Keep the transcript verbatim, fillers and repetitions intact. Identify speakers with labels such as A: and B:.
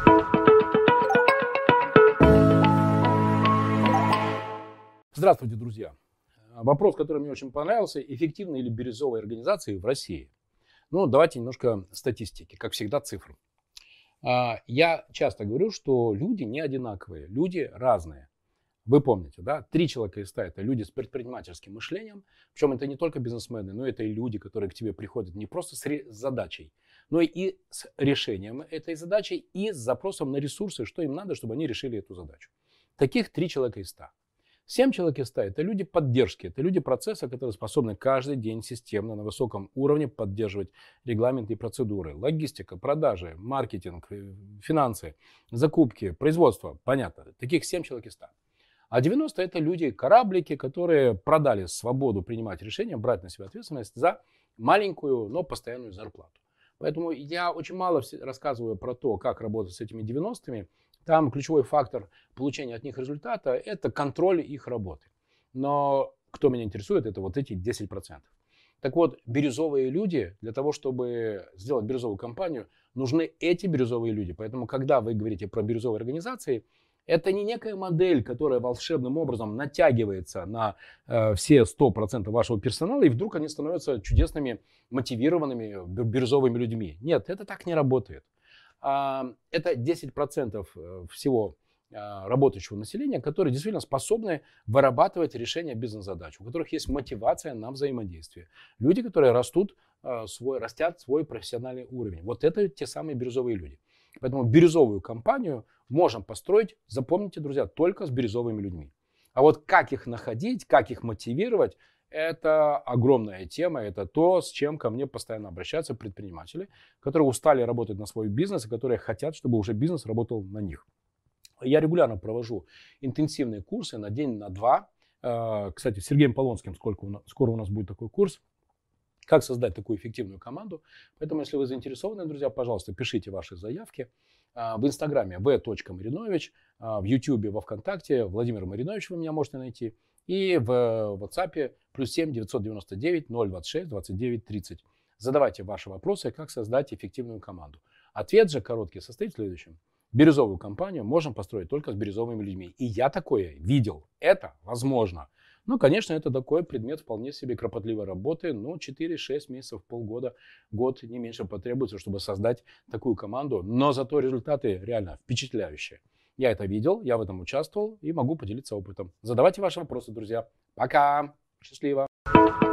A: Здравствуйте, друзья. Вопрос, который мне очень понравился. Эффективные ли бирюзовые организации в России? Ну, давайте немножко статистики. Как всегда, цифры. Я часто говорю, что люди не одинаковые, люди разные. Вы помните, да? Три человека из ста – это люди с предпринимательским мышлением. Причем это не только бизнесмены, но это и люди, которые к тебе приходят не просто с задачей, но и с решением этой задачи, и с запросом на ресурсы, что им надо, чтобы они решили эту задачу. Таких три человека из ста. семь человек из ста – это люди поддержки, это люди процесса, которые способны каждый день системно на высоком уровне поддерживать регламенты и процедуры. Логистика, продажи, маркетинг, финансы, закупки, производство. Понятно. Таких семь человек из ста. А девяносто – это люди-кораблики, которые продали свободу принимать решения, брать на себя ответственность за маленькую, но постоянную зарплату. Поэтому я очень мало рассказываю про то, как работать с этими девяностыми. Там ключевой фактор получения от них результата – это контроль их работы. Но кто меня интересует, это вот эти десять процентов. Так вот, бирюзовые люди, для того, чтобы сделать бирюзовую компанию, нужны эти бирюзовые люди. Поэтому, когда вы говорите про бирюзовые организации, это не некая модель, которая волшебным образом натягивается на э, все сто процентов вашего персонала, и вдруг они становятся чудесными, мотивированными бирюзовыми людьми. Нет, это так не работает. А, это десять процентов всего а, работающего населения, которые действительно способны вырабатывать решения бизнес-задач, у которых есть мотивация на взаимодействие. Люди, которые растут, а, свой, растят свой профессиональный уровень. Вот это те самые бирюзовые люди. Поэтому бирюзовую компанию можем построить, запомните, друзья, только с бирюзовыми людьми. А вот как их находить, как их мотивировать, это огромная тема, это то, с чем ко мне постоянно обращаются предприниматели, которые устали работать на свой бизнес и которые хотят, чтобы уже бизнес работал на них. Я регулярно провожу интенсивные курсы на день, на два. Кстати, с Сергеем Полонским скоро у нас будет такой курс. Как создать такую эффективную команду. Поэтому, если вы заинтересованы, друзья, пожалуйста, пишите ваши заявки. В Инстаграме в точка маринович, в Ютубе, во Вконтакте Владимир Маринович вы меня можете найти. И в WhatsApp плюс семь девятьсот девяносто девять ноль двадцать шесть двадцать девять тридцать. Задавайте ваши вопросы, как создать эффективную команду. Ответ же короткий состоит в следующем. Бирюзовую компанию можем построить только с бирюзовыми людьми. И я такое видел. Это возможно. Ну, конечно, это такой предмет вполне себе кропотливой работы. Но четыре-шесть месяцев, полгода, год не меньше потребуется, чтобы создать такую команду. Но зато результаты реально впечатляющие. Я это видел, я в этом участвовал и могу поделиться опытом. Задавайте ваши вопросы, друзья. Пока! Счастливо!